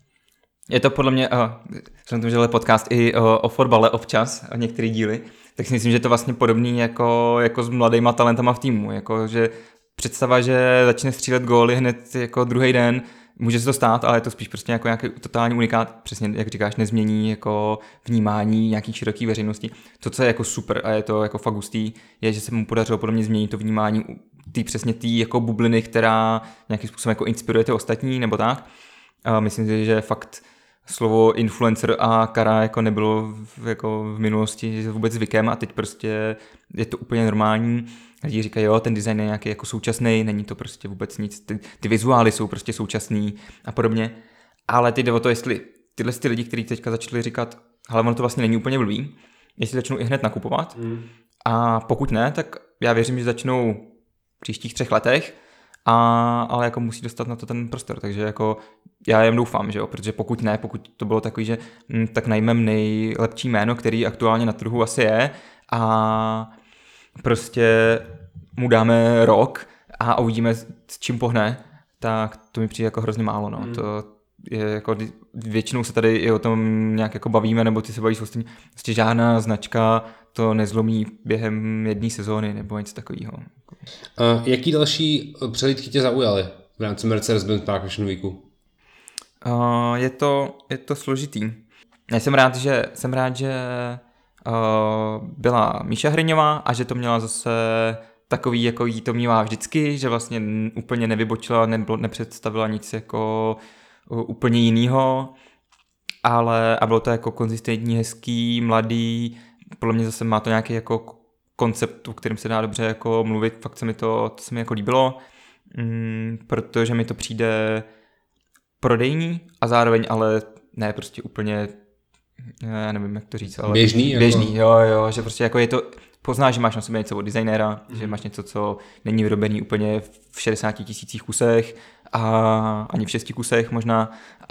je to podle mě, jsem to dělal podcast i o fotbale občas, o některé díly, tak si myslím, že je to vlastně podobný jako s mladýma talentama v týmu, jako že představa, že začne střílet góly hned jako druhý den, může se to stát, ale je to spíš prostě jako nějaký totální unikát, přesně jak říkáš, nezmění jako vnímání nějaký široký veřejnosti. To, co je jako super a je to jako fakt hustý, je, že se mu podařilo podle mě změnit to vnímání přesně té jako bubliny, která nějakým způsobem jako inspiruje ty ostatní nebo tak. Myslím si, že fakt slovo influencer a Kara jako nebylo v minulosti vůbec zvykem a teď prostě je to úplně normální. Lidi říkají, jo, ten design je nějaký jako současný, není to prostě vůbec nic, ty vizuály jsou prostě současný a podobně. Ale teď jde o to, jestli tyhle lidi, kteří teďka začali říkat, hele, ono to vlastně není úplně blbý, jestli začnou i hned nakupovat. A pokud ne, tak já věřím, že začnou v příštích 3 letech, ale jako musí dostat na to ten prostor, takže jako já jen doufám, že jo, protože pokud ne, pokud to bylo takový, že tak najmem nejlepší jméno, který aktuálně na trhu asi je a prostě mu dáme rok a uvidíme, s čím pohne, tak to mi přijde jako hrozně málo, no. To je jako, většinou se tady i o tom nějak jako bavíme, nebo ty se bavíš vlastně, prostě žádná značka to nezlomí během jedné sezóny nebo něco takového. Jaký další přehlídky tě zaujaly v rámci Mercedes-Benz Prague Fashion Weeku? Je to složitý. Já jsem rád, že byla Míša Hryňová a že to měla zase takový, jako jí to mívá vždycky, že vlastně úplně nevybočila, nepředstavila nic jako úplně jinýho, ale a bylo to jako konzistentní, hezký, mladý, podle mě zase má to nějaký jako koncept, o kterým se dá dobře jako mluvit, fakt to se mi jako líbilo, protože mi to přijde prodejní a zároveň ale ne prostě úplně, já nevím, jak to říct, ale běžný, jo, že prostě jako je to, poznáš, že máš na sobě něco od designéra, že máš něco, co není vyrobený úplně v 60 000 kusech a ani v 6 kusech možná,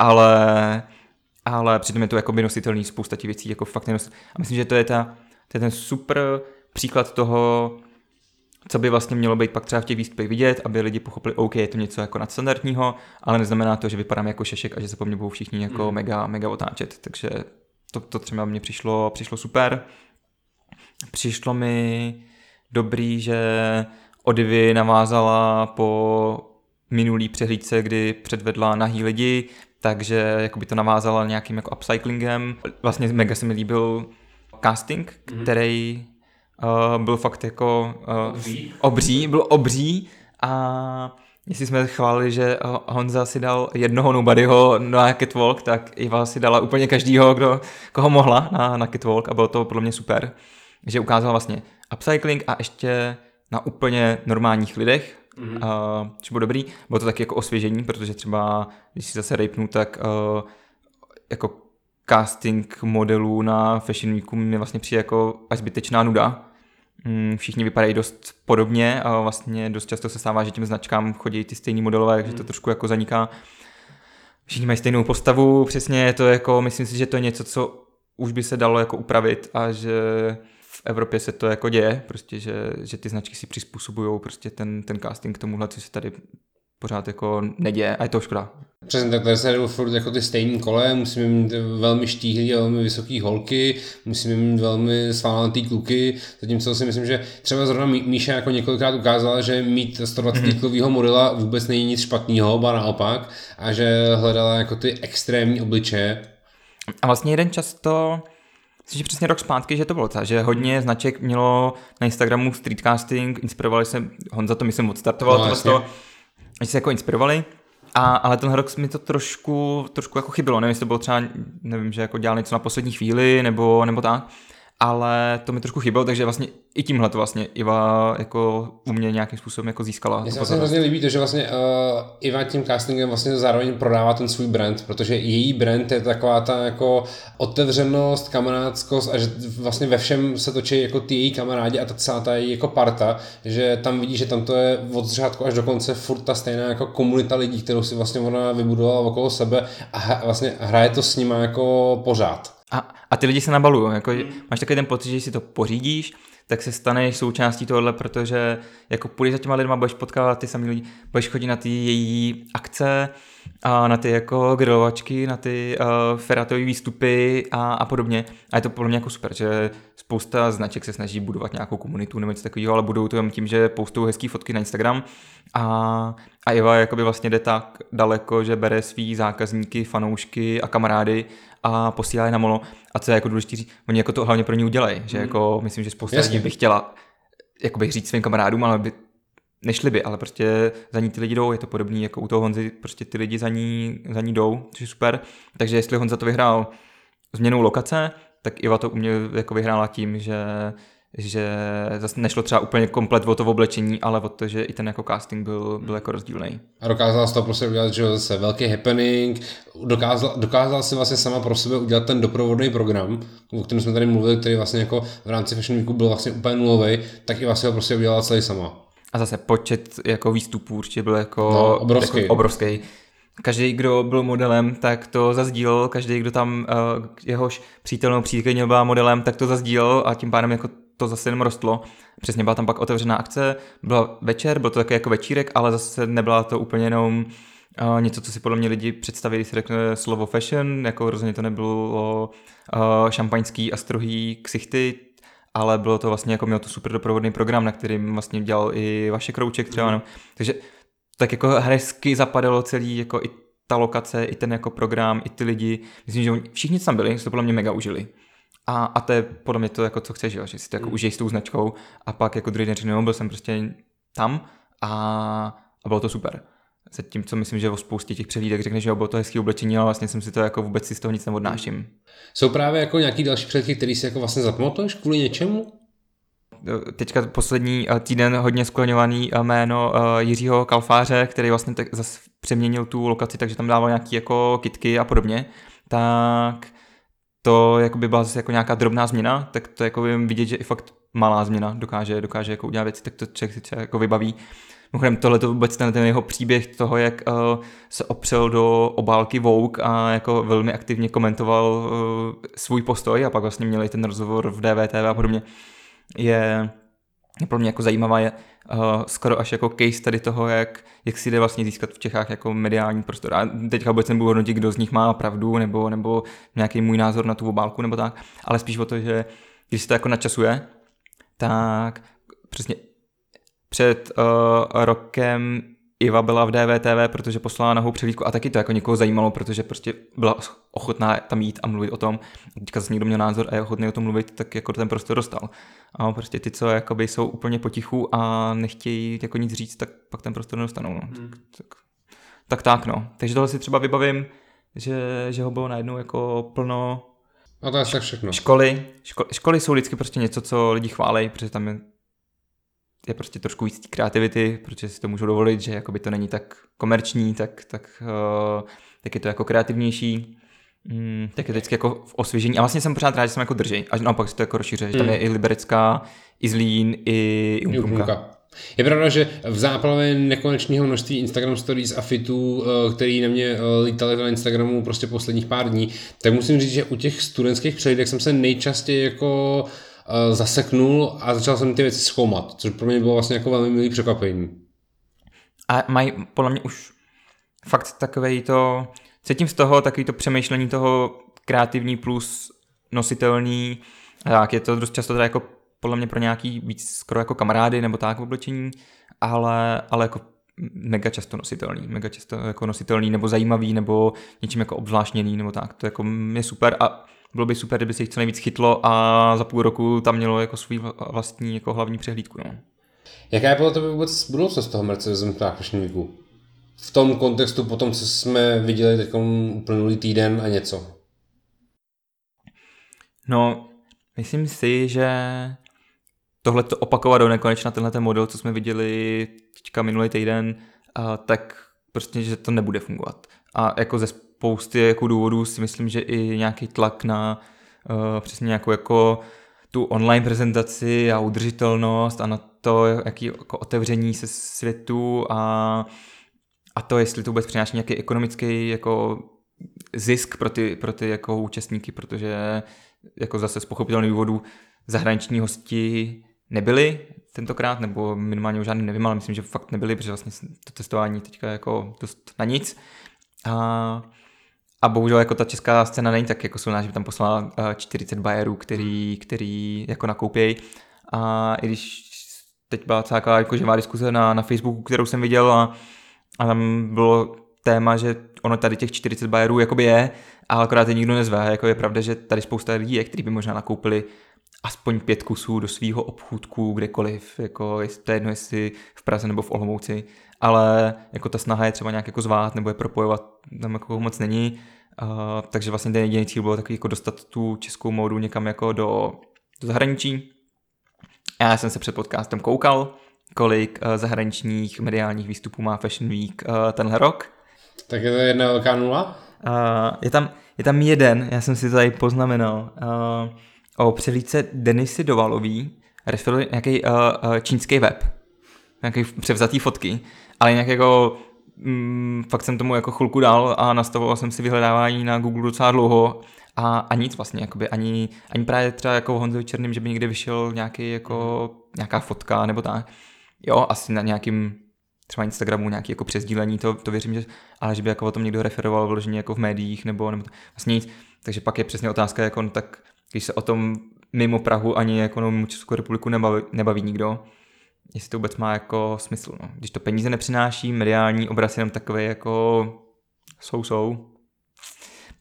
ale přitom je to jako by nositelný, spousta těch věcí jako fakt nenos. A myslím, že to je ten super příklad toho, co by vlastně mělo být pak třeba v těch výstupech vidět, aby lidi pochopili, OK, je to něco jako nadstandardního, ale neznamená to, že vypadám jako šešek a že se po mně budou všichni jako mega otáčet. Takže to třeba mně přišlo super. Přišlo mi dobrý, že Odivy navázala po minulý přehlídce, kdy předvedla nahý lidi, takže jakoby to navázala nějakým jako upcyclingem. Vlastně mega se mi líbil casting, který byl fakt jako byl obří a jestli jsme chválili, že Honza si dal jednoho nobodyho na catwalk, tak Iva si dala úplně každýho, koho mohla na catwalk a bylo to podle mě super, že ukázala vlastně upcycling a ještě na úplně normálních lidech, což bylo dobrý. Bylo to taky jako osvěžení, protože třeba, když si zase rejpnu, tak jako casting modelů na Fashion Weeku mi vlastně přijde jako až zbytečná nuda. Všichni vypadají dost podobně a vlastně dost často se stává, že těm značkám chodí ty stejný modelové, takže to trošku jako zaniká. Všichni mají stejnou postavu, přesně je to jako, myslím si, že to je něco, co už by se dalo jako upravit a že v Evropě se to jako děje, prostě, že ty značky si přizpůsobují prostě ten casting k tomuhle, co se tady pořád jako neděje a je to škoda. Přesně tak, tady se jdou furt jako ty stejný kole, musíme mít velmi štíhlý a velmi vysoký holky, musíme mít velmi svalnatý kluky, zatímco si myslím, že třeba zrovna Míša jako několikrát ukázala, že mít 120 modela vůbec není nic špatného, ba naopak, a že hledala jako ty extrémní obličeje. A vlastně jeden často, myslím, že přesně rok zpátky, že to bylo tak, že hodně značek mělo na Instagramu streetcasting, inspirovali se, Honza to myslím odstartoval, že se jako inspirovali. Ale tenhle rok mi to trošku jako chybilo, nevím, jestli to bylo třeba, nevím, že jako dělal něco na poslední chvíli, nebo tak, ale to mi trošku chybilo, takže vlastně i tímhle to vlastně Iva jako u mě nějakým způsobem jako získala. Mně se vlastně hrozně líbí to, že vlastně Iva tím castingem vlastně zároveň prodává ten svůj brand, protože její brand je taková ta jako otevřenost, kamarádskost a že vlastně ve všem se točí jako ty její kamarádi a ta celá ta její jako parta, že tam vidí, že tam to je od začátku až do konce furt ta stejná jako komunita lidí, kterou si vlastně ona vybudovala okolo sebe a vlastně hraje to s nima jako pořád. A ty lidi se nabalují, jako máš takový ten pocit, že si to pořídíš, tak se staneš součástí tohohle, protože jako půjdeš za těma lidma, budeš potkávat ty samý lidi, budeš chodit na ty její akce, a na ty jako grilovačky, na ty ferátové výstupy a podobně. A je to podle mě jako super, že spousta značek se snaží budovat nějakou komunitu nebo něco takového, ale budou to jen tím, že postou hezký fotky na Instagram a Iva jakoby vlastně jde tak daleko, že bere svý zákazníky, fanoušky a kamarády a posílá je na molo. A co je jako důležité říct, oni jako to hlavně pro ní udělají, že jako myslím, že spousta lidí by chtěla jakoby říct svým kamarádům, ale nešli by, ale prostě za ní ty lidi jdou, je to podobný jako u toho Honzy, prostě ty lidi za ní jdou, což je super. Takže jestli Honza to vyhrál změnou lokace, tak Iva to u mě jako vyhrála tím, že zase nešlo třeba úplně komplet o to oblečení, ale o to, že i ten jako casting byl jako rozdílný. A dokázala z toho prostě udělat, že zase velký happening, dokázala si vlastně sama pro sebe udělat ten doprovodný program, o kterém jsme tady mluvili, který vlastně jako v rámci Fashion Weeku byl vlastně úplně nulový, tak i vlastně ho prostě udělala celý sama. A zase počet jako výstupů určitě byl jako obrovský. Každý, kdo byl modelem, tak to zazdílel, každý, kdo tam jehož přítelnou přítelkyně byla modelem, tak to zazdílel a tím pádem jako to zase jenom rostlo. Přesně byla tam pak otevřená akce, byla večer, byl to takový jako večírek, ale zase nebyla to úplně jenom něco, co si podle mě lidi představí, když se řekne slovo fashion, jako rozhodně to nebylo šampaňský a strohý ksichty, ale bylo to vlastně jako měl to super doprovodný program, na kterým vlastně dělal i Vašek Rouček třeba, no. Takže tak jako hezky zapadalo celý jako i ta lokace, i ten jako program, i ty lidi. Myslím, že všichni tam byli, se to podle mě mega užili. A to je podle mě to, jako, co chceš, jo? Že si to jako užiješ s tou značkou a pak jako druhý den řekne, no, byl jsem prostě tam a bylo to super. Zatímco myslím, že o spoustě těch přehlídek řekneš, že bylo to hezký oblečení, ale vlastně jsem si to jako vůbec si z toho nic neodnáším. Jsou právě jako nějaký další přehlídky, který si jako vlastně zapamatuješ kvůli něčemu? Teďka poslední týden hodně skloňovaný jméno Jiřího Kalfáře, který vlastně zase přeměnil tu lokaci, takže tam dával nějaký jako kitky a podobně, tak to by byla zase jako nějaká drobná změna, tak to jako vidět, že i fakt malá změna dokáže jako udělat věci, tak to člověk si jako vybaví. Mimochodem tohleto vůbec ten jeho příběh toho, jak se opřel do obálky Vogue a jako velmi aktivně komentoval svůj postoj a pak vlastně měli ten rozhovor v DVTV a podobně, je pro mě jako zajímavá, je skoro až jako case tady toho, jak si jde vlastně získat v Čechách jako mediální prostor. A teďka vůbec nebudu hodnotit, kdo z nich má pravdu nebo nějaký můj názor na tu obálku nebo tak, ale spíš o to, že když se to jako načasuje, tak přesně před rokem Iva byla v DVTV, protože poslala nahou přehlídku a taky to jako někoho zajímalo, protože prostě byla ochotná tam jít a mluvit o tom. Teďka zase někdo měl názor a je ochotný o tom mluvit, tak jako ten prostor dostal. A prostě ty, co jakoby jsou úplně potichu a nechtějí jako nic říct, tak pak ten prostor nedostanou. No. Tak no. Takže tohle si třeba vybavím, že ho bylo najednou jako plno. A to je tak všechno. Školy jsou vždycky prostě něco, co lidi chválej, protože tam je prostě trošku víc kreativity, protože si to můžu dovolit, že jakoby to není tak komerční, tak je to jako kreativnější, tak je to vždycky jako v osvěžení. A vlastně jsem pořád rád, že jsem jako držej. A naopak si to jako rozšířuje, že tam je i Liberecká, i Zlín, i Umprumka. Je pravda, že v záplavě nekonečného množství Instagram stories a fitů, který na mě lítaly na Instagramu prostě posledních pár dní, tak musím říct, že u těch studentských přehlídek jsem se nejčastěji jako zaseknul a začal jsem ty věci zkoumat, což pro mě bylo vlastně jako velmi milý překvapení. A mají podle mě už fakt takovej to, cítím z toho takový to přemýšlení toho kreativní plus nositelný, tak je to dost často teda jako podle mě pro nějaký víc skoro jako kamarády nebo tak v oblečení, ale jako mega často nositelný nebo zajímavý nebo něčím jako obzvláštněný nebo tak, to jako je super a bylo by super, kdyby se jich co nejvíc chytlo a za půl roku tam mělo jako svůj vlastní jako hlavní přehlídku. No. Jaká je podle tebe vůbec budoucnost toho Mercedes-Benz Fashion Weeku? V tom kontextu po tom, co jsme viděli teď uplynulý týden a něco. No, myslím si, že tohle to opakovat do nekonečna, tenhle model, co jsme viděli teďka minulý týden, tak prostě, že to nebude fungovat. A jako ze spousty jako důvodů si myslím, že i nějaký tlak na přesně nějakou jako tu online prezentaci a udržitelnost a na to, jaký jako otevření se světu a to, jestli to vůbec přináší nějaký ekonomický jako zisk pro ty jako účastníky, protože jako zase z pochopitelných důvodů zahraniční hosti nebyli tentokrát, nebo minimálně o žádný nevím, ale myslím, že fakt nebyli, protože vlastně to testování teďka jako dost na nic. A bohužel jako ta česká scéna není tak jako silná, že by tam poslala 40 buyerů, který jako nakoupějí. A i když teď byla celá jako živá diskuze na Facebooku, kterou jsem viděl a tam bylo téma, že ono tady těch 40 buyerů jakoby je, ale akorát je nikdo nezve. Jako je pravda, že tady spousta lidí je, kteří by možná nakoupili aspoň 5 kusů do svého obchůdku kdekoliv, jako to je jedno, jestli v Praze nebo v Olomouci, ale jako ta snaha je třeba nějak jako zvát nebo je propojovat, tam jako moc není, takže vlastně ten jediný cíl bylo takový jako dostat tu českou módu někam jako do zahraničí. Já jsem se před podcastem koukal, kolik zahraničních mediálních výstupů má Fashion Week tenhle rok. Tak je to jedna velká nula? Je tam jeden, já jsem si to tady poznamenal, o přehlídce Denisy Dovalový, referuje nějaký čínský web, nějaký převzatý fotky, ale jinak jako fakt jsem tomu jako chvilku dal a nastavoval jsem si vyhledávání na Google docela dlouho a nic vlastně, jakoby ani právě třeba jako v Honzovi Černým, že by někde vyšel nějaká fotka nebo tak. Jo, asi na nějakým třeba Instagramu nějaký jako přesdílení, to věřím, ale že by jako o tom někdo referoval vloženě jako v médiích nebo vlastně nic. Takže pak je přesně otázka, jako no, tak když se o tom mimo Prahu ani jako mimo Českou republiku nebaví nikdo, jestli to vůbec má jako smysl. No. Když to peníze nepřináší, mediální obraz jenom takový jako jsou.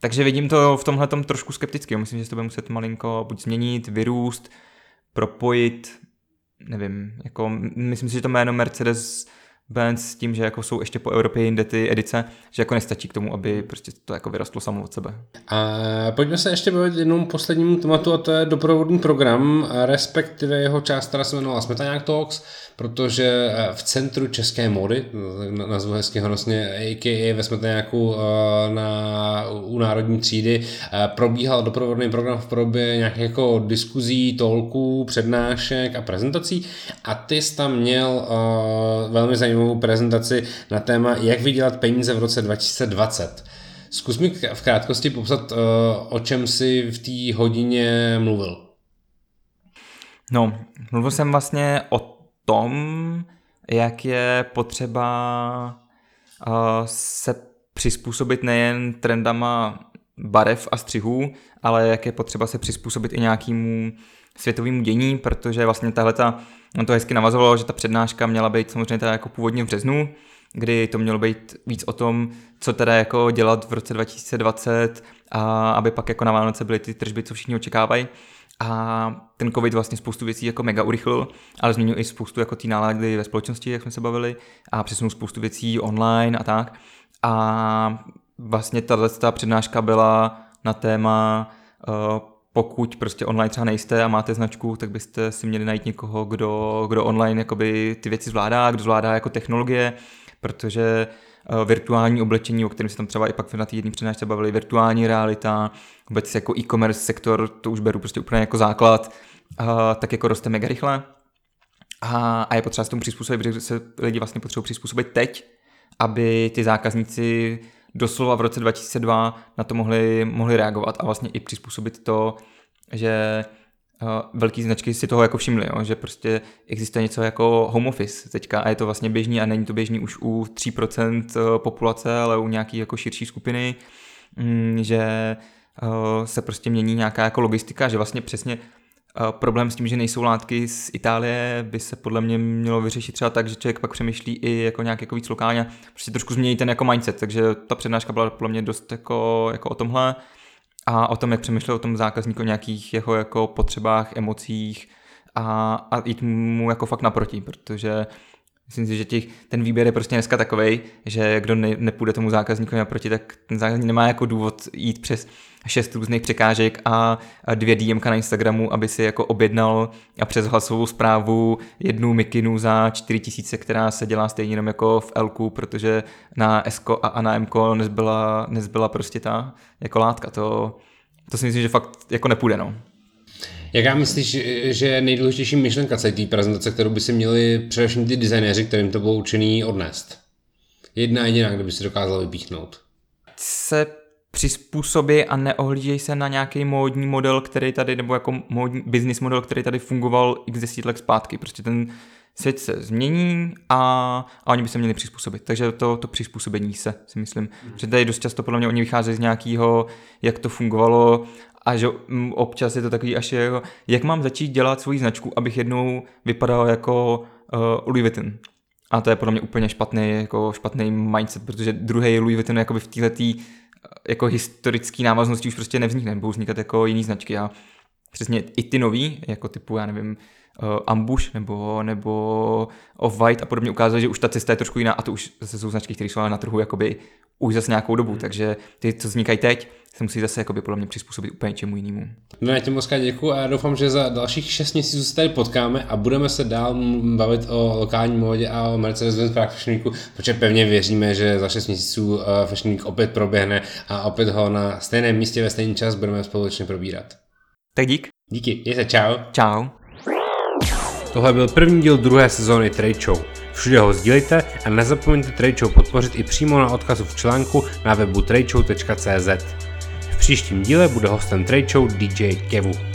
Takže vidím to v tomhletom trošku skepticky. Myslím, že se to bude muset malinko buď změnit, vyrůst, propojit, nevím, jako myslím si, že to jméno Mercedes-Benz s tím, že jako jsou ještě po Evropě jinde ty edice, že jako nestačí k tomu, aby prostě to jako vyrostlo samo od sebe. A pojďme se ještě bavit jednou poslednímu tématu, a to je doprovodný program, respektive jeho část, která se jmenovala Smetanák Talks, protože v centru české módy, nazvu hezky honosně, a.k.a. ve Smetaňáku u Národní třídy, probíhal doprovodný program v podobě nějakých jako diskuzí, talků, přednášek a prezentací, a ty jsi tam měl velmi zajímavou prezentaci na téma, jak vydělat peníze v roce 2020. Zkus mi v krátkosti popsat, o čem jsi v té hodině mluvil. No, mluvil jsem vlastně o tom, jak je potřeba se přizpůsobit nejen trendama barev a střihů, ale jak je potřeba se přizpůsobit i nějakému světovému dění, protože vlastně no to hezky navazovalo, že ta přednáška měla být samozřejmě teda jako původně v březnu, kdy to mělo být víc o tom, co teda jako dělat v roce 2020 a aby pak jako na Vánoce byly ty tržby, co všichni očekávají. A ten covid vlastně spoustu věcí jako mega urychlil, ale změnil i spoustu jako té nálady ve společnosti, jak jsme se bavili, a přesunul spoustu věcí online a tak. A vlastně ta přednáška byla na téma, pokud prostě online třeba nejste a máte značku, tak byste si měli najít někoho, kdo online jakoby ty věci zvládá, kdo zvládá jako technologie, protože virtuální oblečení, o kterém se tam třeba i pak na té jedné přednášce bavili, virtuální realita, vůbec jako e-commerce sektor, to už beru prostě úplně jako základ, tak jako roste mega rychle a je potřeba se tomu přizpůsobit, protože se lidi vlastně potřebují přizpůsobit teď, aby ty zákazníci doslova v roce 2002 na to mohli reagovat a vlastně i přizpůsobit to, že velký značky si toho jako všimly, jo? Že prostě existuje něco jako home office teďka a je to vlastně běžný a není to běžný už u 3% populace, ale u nějaký jako širší skupiny, že se prostě mění nějaká jako logistika, že vlastně přesně problém s tím, že nejsou látky z Itálie, by se podle mě mělo vyřešit třeba tak, že člověk pak přemýšlí i jako nějak jako víc lokálně, prostě trošku změní ten jako mindset, takže ta přednáška byla podle mě dost jako o tomhle a o tom, jak přemýšlel o tom zákazníku, o nějakých jeho jako potřebách, emocích a jít mu jako fakt naproti, protože myslím si, že ten výběr je prostě dneska takovej, že kdo nepůjde tomu zákazníkovi naproti, tak ten zákazník nemá jako důvod jít přes 6 různých překážek a 2 DMka na Instagramu, aby si jako objednal a přes hlasovou zprávu jednu mikinu za 4000, která se dělá stejně jenom jako v Lku, protože na Sko a na Mko nezbyla prostě ta jako látka. To si myslím, že fakt jako nepůjde, no. Jaká myslíš, že je nejdůležitější myšlenka celé té prezentace, kterou by si měli především ty designéři, kterým to bylo určený, odnést? Jedna jediná, kdyby si dokázal vypíchnout. Se přizpůsobí a neohlížej se na nějaký módní model, který tady, nebo jako módní business model, který tady fungoval x 10 let zpátky. Prostě ten svět se změní a oni by se měli přizpůsobit. Takže to přizpůsobení se, si myslím. Protože tady dost často podle mě oni vycházejí z nějakého, jak to fungovalo a že občas je to takový až jako, jak mám začít dělat svoji značku, abych jednou vypadal jako Louis Vuitton. A to je podle mě úplně špatný mindset, protože druhý Louis Vuitton jakoby v téhletý jako historický návaznosti už prostě nevznikne, budou vznikat jako jiný značky a přesně i ty nový, jako typu, já nevím, Ambush nebo Off-White a podobně ukázali, že už ta cesta je trošku jiná a to už zase jsou značky, které jsou na trhu jakoby už zase nějakou dobu, takže ty, co vznikají teď, se musí zase jakoby podle mě přizpůsobit úplně čemu jinému. No já ti moc děkuju a doufám, že za dalších 6 měsíců se tady potkáme a budeme se dál bavit o lokální módě a o Mercedes-Benz Prague Fashion Weeku, protože pevně věříme, že za 6 měsíců Fashion Week opět proběhne a opět ho na stejném místě ve stejný čas budeme společně probírat. Tak dík. Díky, mějte, čau. Čau. Tohle byl první díl druhé sezóny Trade Show. Všude ho sdílejte a nezapomeňte Trade Show podpořit i přímo na odkazu v článku na webu tradeshow.cz. V příštím díle bude hostem Trade Show DJ Kevu.